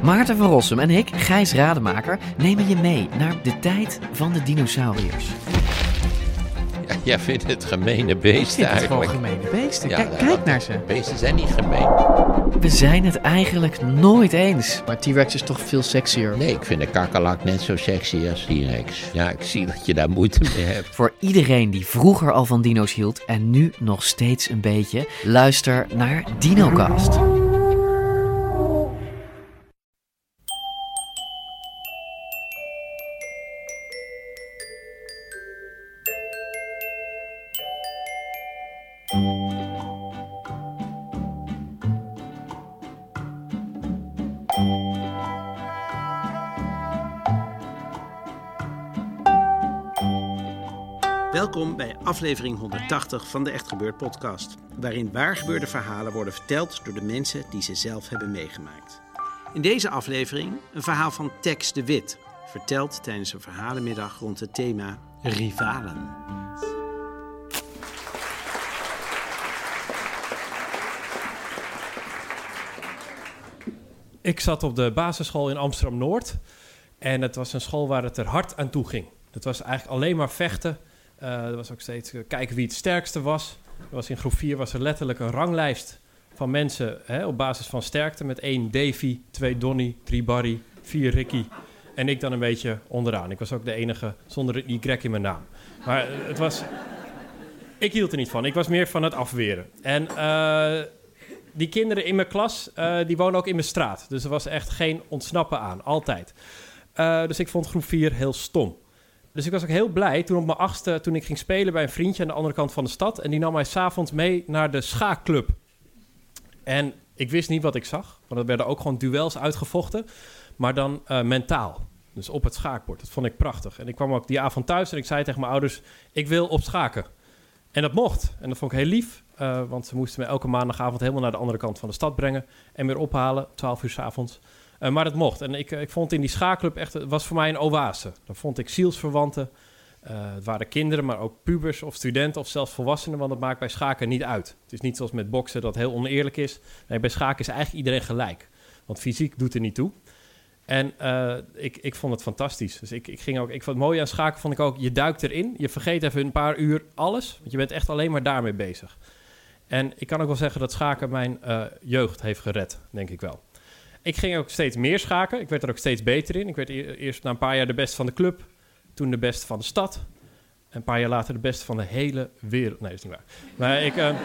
Maarten van Rossum en ik, Gijs Rademaker, nemen je mee naar de tijd van de dinosauriërs. Ja, jij vindt het gemene beesten eigenlijk. Het gewoon gemene beesten. Ja, Kijk naar ze. Beesten zijn niet gemeen. We zijn het eigenlijk nooit eens. Maar T-Rex is toch veel sexier. Nee, ik vind de kakkerlak net zo sexy als T-Rex. Ja, ik zie dat je daar moeite mee hebt. Voor iedereen die vroeger al van dino's hield en nu nog steeds een beetje, luister naar DinoCast. Welkom bij aflevering 180 van de Echt Gebeurd podcast, waarin waargebeurde verhalen worden verteld door de mensen die ze zelf hebben meegemaakt. In deze aflevering een verhaal van Tex de Wit, verteld tijdens een verhalenmiddag rond het thema rivalen. Ik zat op de basisschool in Amsterdam-Noord en het was een school waar het er hard aan toe ging. Het was eigenlijk alleen maar vechten. Er was ook steeds kijken wie het sterkste was. In groep 4 was er letterlijk een ranglijst van mensen op basis van sterkte. Met 1 Davy, 2 Donny, 3 Barry, 4 Ricky en ik dan een beetje onderaan. Ik was ook de enige zonder een Y in mijn naam. Maar ik hield er niet van. Ik was meer van het afweren. En die kinderen in mijn klas, die wonen ook in mijn straat. Dus er was echt geen ontsnappen aan, altijd. Dus ik vond groep 4 heel stom. Dus ik was ook heel blij toen op mijn 8e, toen ik ging spelen bij een vriendje aan de andere kant van de stad. En die nam mij 's avonds mee naar de schaakclub. En ik wist niet wat ik zag, want er werden ook gewoon duels uitgevochten. Maar dan mentaal, dus op het schaakbord. Dat vond ik prachtig. En ik kwam ook die avond thuis en ik zei tegen mijn ouders, ik wil op schaken. En dat mocht. En dat vond ik heel lief, want ze moesten me elke maandagavond helemaal naar de andere kant van de stad brengen. En weer ophalen, 12 uur 's avonds. Maar het mocht. En ik vond in die schaakclub echt, het was voor mij een oase. Dan vond ik zielsverwanten. Het waren kinderen, maar ook pubers of studenten of zelfs volwassenen. Want dat maakt bij schaken niet uit. Het is niet zoals met boksen dat heel oneerlijk is. Nee, bij schaken is eigenlijk iedereen gelijk. Want fysiek doet er niet toe. En ik vond het fantastisch. Dus ik vond het mooie aan schaken vond ik ook, je duikt erin. Je vergeet even een paar uur alles. Want je bent echt alleen maar daarmee bezig. En ik kan ook wel zeggen dat schaken mijn jeugd heeft gered, denk ik wel. Ik ging ook steeds meer schaken. Ik werd er ook steeds beter in. Ik werd eerst na een paar jaar de beste van de club. Toen de beste van de stad. En een paar jaar later de beste van de hele wereld. Nee, dat is niet waar. Maar ik een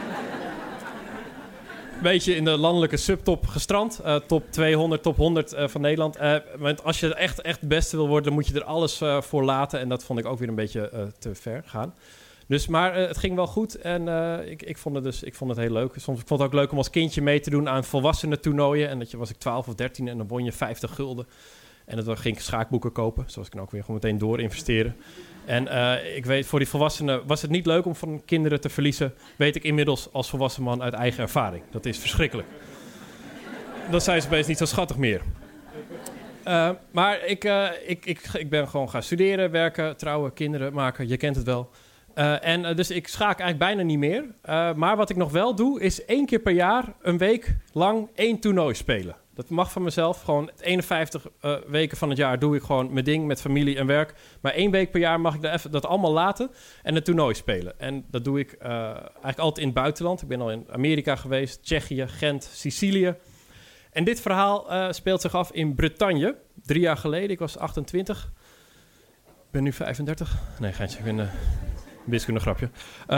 beetje in de landelijke subtop gestrand. Top 200, top 100 van Nederland. Want als je echt de beste wil worden, dan moet je er alles voor laten. En dat vond ik ook weer een beetje te ver gaan. Dus, maar het ging wel goed en ik vond het heel leuk. Soms, ik vond het ook leuk om als kindje mee te doen aan volwassenen toernooien. En was ik 12 of 13 en dan won je 50 gulden. En dan ging ik schaakboeken kopen. Zoals ik dan ook weer gewoon meteen door investeren. En ik weet, voor die volwassenen was het niet leuk om van kinderen te verliezen. Weet ik inmiddels als volwassen man uit eigen ervaring. Dat is verschrikkelijk. Dan zijn ze opeens niet zo schattig meer. Maar ik ben gewoon gaan studeren, werken, trouwen, kinderen maken. Je kent het wel. Dus ik schaak eigenlijk bijna niet meer. Maar wat ik nog wel doe, is 1 keer per jaar een week lang 1 toernooi spelen. Dat mag van mezelf. Gewoon 51 weken van het jaar doe ik gewoon mijn ding met familie en werk. Maar 1 week per jaar mag ik dat allemaal laten en een toernooi spelen. En dat doe ik eigenlijk altijd in het buitenland. Ik ben al in Amerika geweest, Tsjechië, Gent, Sicilië. En dit verhaal speelt zich af in Bretagne. 3 jaar geleden, ik was 28. Ik ben nu 35. Nee, geintje, ik ben... wiskunde grapje.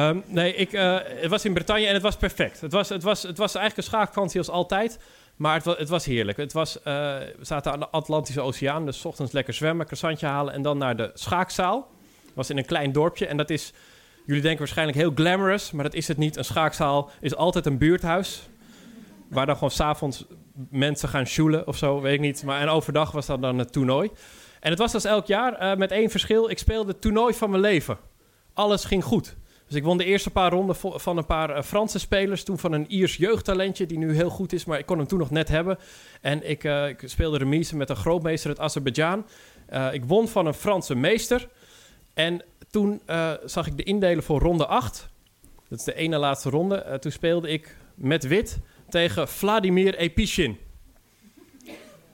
Het was in Bretagne en het was perfect. Het was eigenlijk een schaakvakantie als altijd, maar het was heerlijk. We zaten aan de Atlantische Oceaan, dus 's ochtends lekker zwemmen, croissantje halen en dan naar de schaakzaal. Het was in een klein dorpje en dat is, jullie denken waarschijnlijk heel glamorous, maar dat is het niet. Een schaakzaal is altijd een buurthuis, waar dan gewoon 's avonds mensen gaan sjoelen of zo, weet ik niet. En overdag was dat dan het toernooi. En het was als elk jaar, met 1 verschil. Ik speelde het toernooi van mijn leven. Alles ging goed. Dus ik won de eerste paar ronden van een paar Franse spelers. Toen van een Iers jeugdtalentje die nu heel goed is. Maar ik kon hem toen nog net hebben. En ik speelde remise met een grootmeester uit Azerbeidzjan. Ik won van een Franse meester. En toen zag ik de indelen voor ronde 8. Dat is de ene laatste ronde. Toen speelde ik met wit tegen Vladimir Epishin.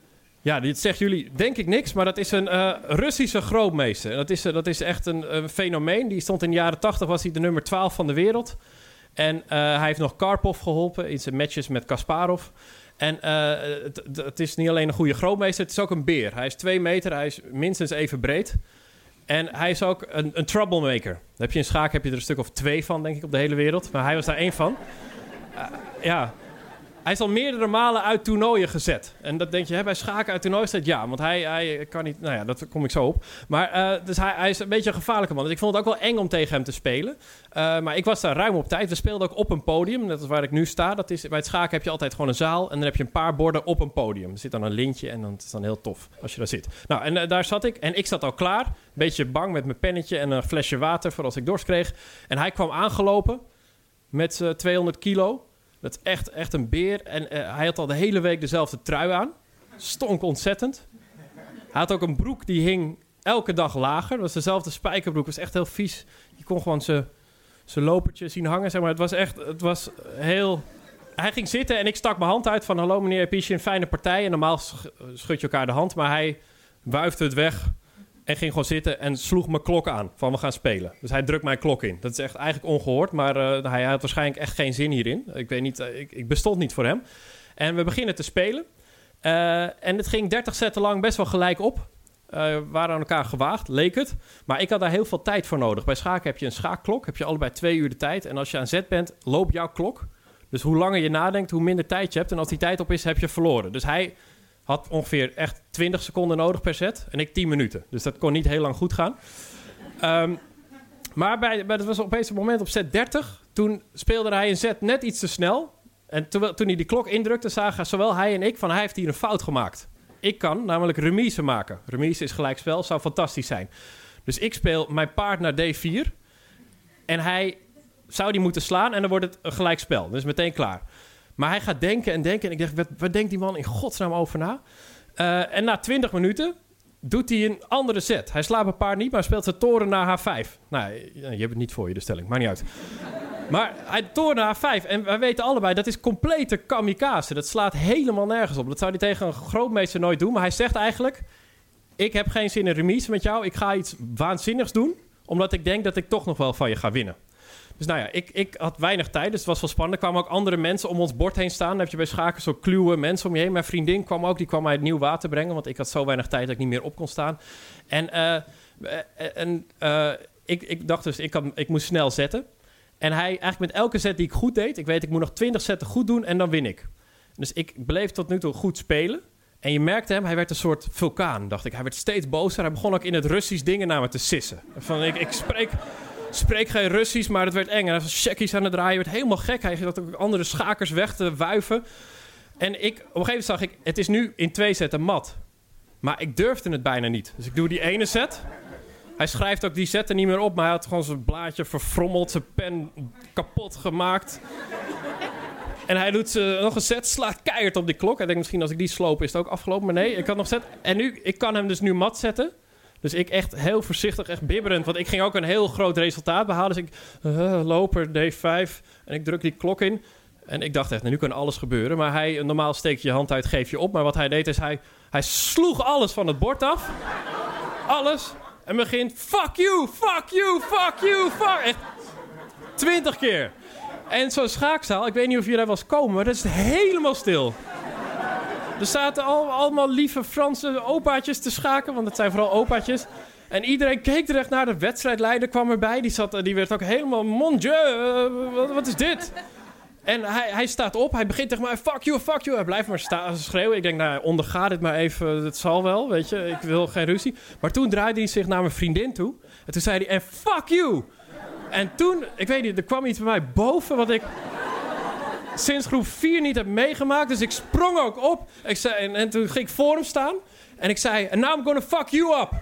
Ja, dit zeggen jullie denk ik niks, maar dat is een Russische grootmeester. Dat is echt een fenomeen. Die stond in de jaren 80, was hij de nummer 12 van de wereld. En hij heeft nog Karpov geholpen in zijn matches met Kasparov. En het is niet alleen een goede grootmeester, het is ook een beer. Hij is 2 meter, hij is minstens even breed. En hij is ook een troublemaker. Heb je in schaak heb je er een stuk of 2 van, denk ik, op de hele wereld. Maar hij was daar 1 van. Ja... Hij is al meerdere malen uit toernooien gezet. En dat denk je, bij schaken uit toernooien staat ja. Want hij kan niet... Nou ja, dat kom ik zo op. Maar dus hij is een beetje een gevaarlijke man. Dus ik vond het ook wel eng om tegen hem te spelen. Maar ik was daar ruim op tijd. We speelden ook op een podium. Net als waar ik nu sta. Dat is, bij het schaken heb je altijd gewoon een zaal. En dan heb je een paar borden op een podium. Er zit dan een lintje en dan is het dan heel tof als je daar zit. Nou, en daar zat ik. En ik zat al klaar. Een beetje bang met mijn pennetje en een flesje water voor als ik dorst kreeg. En hij kwam aangelopen met 200 kilo. Dat is echt een beer. En hij had al de hele week dezelfde trui aan. Stonk ontzettend. Hij had ook een broek die hing elke dag lager. Dat was dezelfde spijkerbroek. Dat was echt heel vies. Je kon gewoon zijn lopertje zien hangen. Zeg maar. Het was heel... Hij ging zitten en ik stak mijn hand uit van... Hallo meneer Epici, een fijne partij. En normaal schud je elkaar de hand. Maar hij wuifde het weg... En ging gewoon zitten en sloeg mijn klok aan. Van we gaan spelen. Dus hij drukt mijn klok in. Dat is echt eigenlijk ongehoord. Maar hij had waarschijnlijk echt geen zin hierin. Ik weet niet. Ik bestond niet voor hem. En we beginnen te spelen. En het ging 30 zetten lang best wel gelijk op. We waren aan elkaar gewaagd, leek het. Maar ik had daar heel veel tijd voor nodig. Bij schaken heb je een schaakklok. Heb je allebei 2 uur de tijd. En als je aan zet bent, loopt jouw klok. Dus hoe langer je nadenkt, hoe minder tijd je hebt. En als die tijd op is, heb je verloren. Dus hij... had ongeveer echt 20 seconden nodig per set. En ik 10 minuten. Dus dat kon niet heel lang goed gaan. Maar dat was opeens een moment op set 30. Toen speelde hij een set net iets te snel. En toen hij die klok indrukte, zagen zowel hij en ik... van hij heeft hier een fout gemaakt. Ik kan namelijk remise maken. Remise is gelijkspel, zou fantastisch zijn. Dus ik speel mijn paard naar D4. En hij zou die moeten slaan en dan wordt het een gelijkspel. Dus meteen klaar. Maar hij gaat denken en denken. En ik dacht, wat denkt die man in godsnaam over na? En na 20 minuten doet hij een andere set. Hij slaat een paard niet, maar speelt zijn toren naar H5. Nou, je hebt het niet voor je, de stelling. Maakt niet uit. Maar hij toren naar H5. En wij weten allebei, dat is complete kamikaze. Dat slaat helemaal nergens op. Dat zou hij tegen een grootmeester nooit doen. Maar hij zegt eigenlijk... Ik heb geen zin in remise met jou. Ik ga iets waanzinnigs doen. Omdat ik denk dat ik toch nog wel van je ga winnen. Dus nou ja, ik had weinig tijd, dus het was wel spannend. Er kwamen ook andere mensen om ons bord heen staan. Dan heb je bij schaken zo kluwe mensen om je heen. Mijn vriendin kwam ook, die kwam mij het nieuw water brengen... want ik had zo weinig tijd dat ik niet meer op kon staan. Ik dacht dus, ik moest snel zetten. En hij, eigenlijk met elke set die ik goed deed... ik moet nog 20 zetten goed doen en dan win ik. Dus ik bleef tot nu toe goed spelen. En je merkte hem, hij werd een soort vulkaan, dacht ik. Hij werd steeds bozer. Hij begon ook in het Russisch dingen naar me te sissen. Van, ik spreek geen Russisch, maar het werd eng. En hij was checkies aan het draaien, werd helemaal gek. Hij had ook andere schakers weg te wuiven. En op een gegeven moment zag ik, het is nu in 2 zetten mat. Maar ik durfde het bijna niet. Dus ik doe die ene set. Hij schrijft ook die zetten niet meer op, maar hij had gewoon zijn blaadje verfrommeld, zijn pen kapot gemaakt. En hij doet nog een set, slaat keihard op die klok. Hij denkt misschien als ik die sloop is het ook afgelopen. Maar nee, ik had nog set. En nu, ik kan hem dus nu mat zetten. Dus ik echt heel voorzichtig, echt bibberend. Want ik ging ook een heel groot resultaat behalen. Dus ik loper D5 en ik druk die klok in. En ik dacht echt, nu kan alles gebeuren. Maar normaal steek je hand uit, geef je op. Maar wat hij deed is, hij sloeg alles van het bord af. Alles. En begint, fuck you, fuck you, fuck you, fuck. Echt 20 keer. En zo'n schaakzaal, ik weet niet of jullie daar wel eens komen, maar dat is helemaal stil. Er zaten allemaal lieve Franse opaatjes te schaken, want het zijn vooral opaatjes. En iedereen keek er echt naar, de wedstrijdleider kwam erbij. Die werd ook helemaal, mon dieu, wat is dit? En hij staat op, hij begint tegen mij, fuck you, fuck you. Hij blijft maar schreeuwen. Ik denk, nou, onderga dit maar even, het zal wel, weet je. Ik wil geen ruzie. Maar toen draaide hij zich naar mijn vriendin toe. En toen zei hij, en fuck you. En toen, ik weet niet, er kwam iets bij mij boven wat ik sinds groep 4 niet heb meegemaakt. Dus ik sprong ook op. En toen ging ik voor hem staan. En ik zei, and now I'm gonna fuck you up.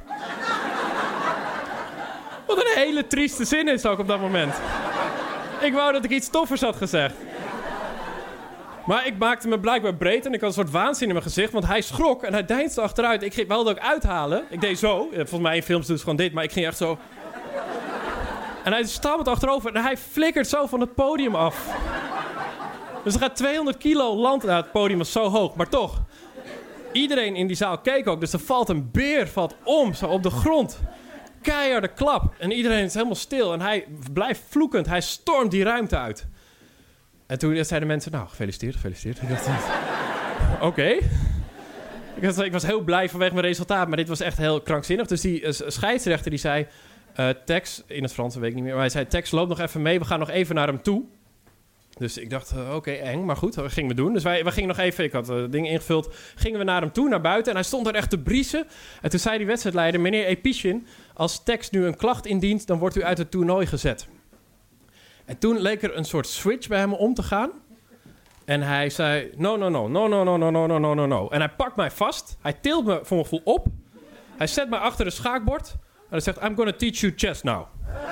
Wat een hele trieste zin is ook op dat moment. Ik wou dat ik iets toffers had gezegd. Maar ik maakte me blijkbaar breed en ik had een soort waanzin in mijn gezicht. Want hij schrok en hij deinsde achteruit. Ik wilde ook uithalen. Ik deed zo. Volgens mij in films doen ze gewoon dit, maar ik ging echt zo. En hij stammelt achterover en hij flikkert zo van het podium af. Dus er gaat 200 kilo land. Nou, het podium was zo hoog, maar toch. Iedereen in die zaal keek ook. Dus er valt een beer om, zo op de grond. Keiharde klap. En iedereen is helemaal stil. En hij blijft vloekend. Hij stormt die ruimte uit. En toen zeiden mensen, nou, gefeliciteerd. Ik dacht, oké. Ik was heel blij vanwege mijn resultaat. Maar dit was echt heel krankzinnig. Dus die scheidsrechter die zei... Tex, in het Frans, weet ik niet meer. Maar hij zei, Tex, loop nog even mee. We gaan nog even naar hem toe. Dus ik dacht, oké, eng. Maar goed, dat gingen we doen. Dus wij gingen nog even... Ik had dingen ingevuld. Gingen we naar hem toe, naar buiten. En hij stond daar echt te briezen. En toen zei die wedstrijdleider... Meneer Epishin, als Tex nu een klacht indient... dan wordt u uit het toernooi gezet. En toen leek er een soort switch bij hem om te gaan. En hij zei, no. En hij pakt mij vast. Hij tilt me voor mijn gevoel op. Hij zet mij achter een schaakbord. En hij zegt, I'm gonna teach you chess now.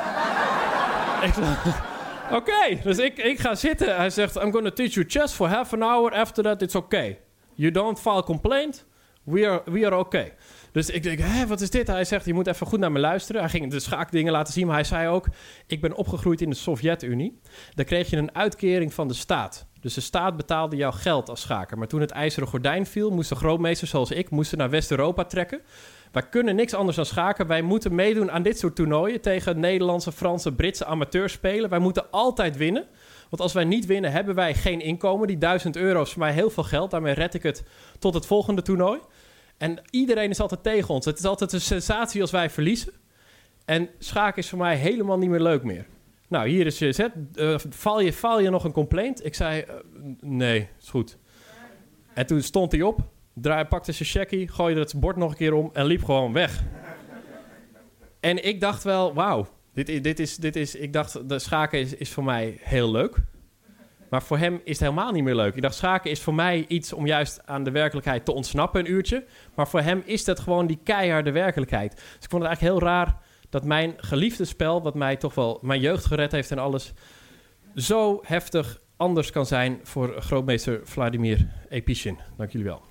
Oké, dus ik ga zitten. Hij zegt, I'm gonna teach you chess for half an hour. After that, it's okay. You don't file complaint. We are okay. Dus ik denk, wat is dit? Hij zegt, je moet even goed naar me luisteren. Hij ging de schaakdingen laten zien, maar hij zei ook... Ik ben opgegroeid in de Sovjet-Unie. Daar kreeg je een uitkering van de staat. Dus de staat betaalde jouw geld als schaker. Maar toen het ijzeren gordijn viel... moesten grootmeesters zoals ik naar West-Europa trekken. Wij kunnen niks anders dan schaken. Wij moeten meedoen aan dit soort toernooien... tegen Nederlandse, Franse, Britse amateurspelen. Wij moeten altijd winnen. Want als wij niet winnen, hebben wij geen inkomen. Die €1000 is voor mij heel veel geld. Daarmee red ik het tot het volgende toernooi. En iedereen is altijd tegen ons. Het is altijd een sensatie als wij verliezen. En schaken is voor mij helemaal niet meer leuk meer. Nou, hier is je zet. Val je nog een complaint? Ik zei, nee, is goed. En toen stond hij op, pakte zijn checkie, gooide het bord nog een keer om en liep gewoon weg. En ik dacht wel, wauw, dit is. Ik dacht, de schaken is voor mij heel leuk. Maar voor hem is het helemaal niet meer leuk. Ik dacht, schaken is voor mij iets om juist aan de werkelijkheid te ontsnappen een uurtje. Maar voor hem is dat gewoon die keiharde werkelijkheid. Dus ik vond het eigenlijk heel raar dat mijn geliefde spel, wat mij toch wel mijn jeugd gered heeft en alles, zo heftig anders kan zijn voor grootmeester Vladimir Epishin. Dank jullie wel.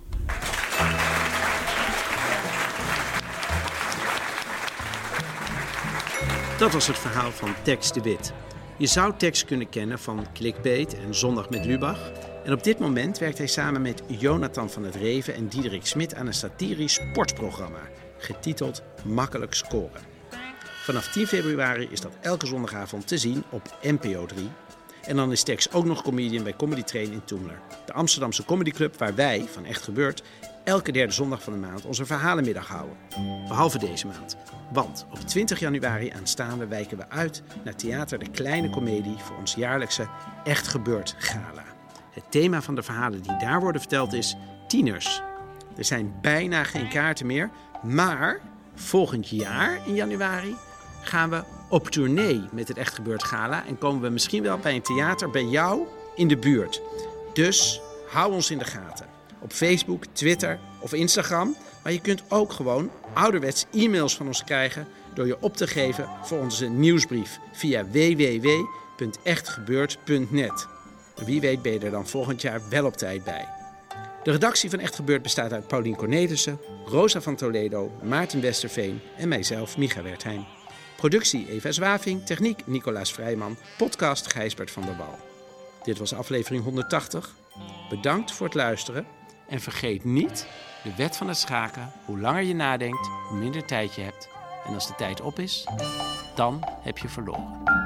Dat was het verhaal van Tex de Wit. Je zou Tex kunnen kennen van Clickbait en Zondag met Lubach. En op dit moment werkt hij samen met Jonathan van het Reven en Diederik Smit aan een satirisch sportprogramma, getiteld Makkelijk Scoren. Vanaf 10 februari is dat elke zondagavond te zien op NPO 3. En dan is Tex ook nog comedian bij Comedy Train in Toemler. De Amsterdamse comedyclub waar wij, van Echt Gebeurd, elke derde zondag van de maand onze verhalenmiddag houden. Behalve deze maand. Want op 20 januari aanstaande wijken we uit naar Theater de Kleine Comedie voor ons jaarlijkse Echt Gebeurd gala. Het thema van de verhalen die daar worden verteld is tieners. Er zijn bijna geen kaarten meer, maar volgend jaar in januari gaan we op tournee met het Echt Gebeurd gala en komen we misschien wel bij een theater bij jou in de buurt. Dus hou ons in de gaten. Op Facebook, Twitter of Instagram. Maar je kunt ook gewoon ouderwets e-mails van ons krijgen door je op te geven voor onze nieuwsbrief via www.echtgebeurd.net. Wie weet ben je er dan volgend jaar wel op tijd bij. De redactie van Echt Gebeurd bestaat uit Paulien Cornelissen, Rosa van Toledo, Maarten Westerveen en mijzelf, Micha Wertheim. Productie Eva Zwaving, techniek Nicolaas Vrijman, podcast Gijsbert van der Wal. Dit was aflevering 180. Bedankt voor het luisteren en vergeet niet de wet van het schaken. Hoe langer je nadenkt, hoe minder tijd je hebt. En als de tijd op is, dan heb je verloren.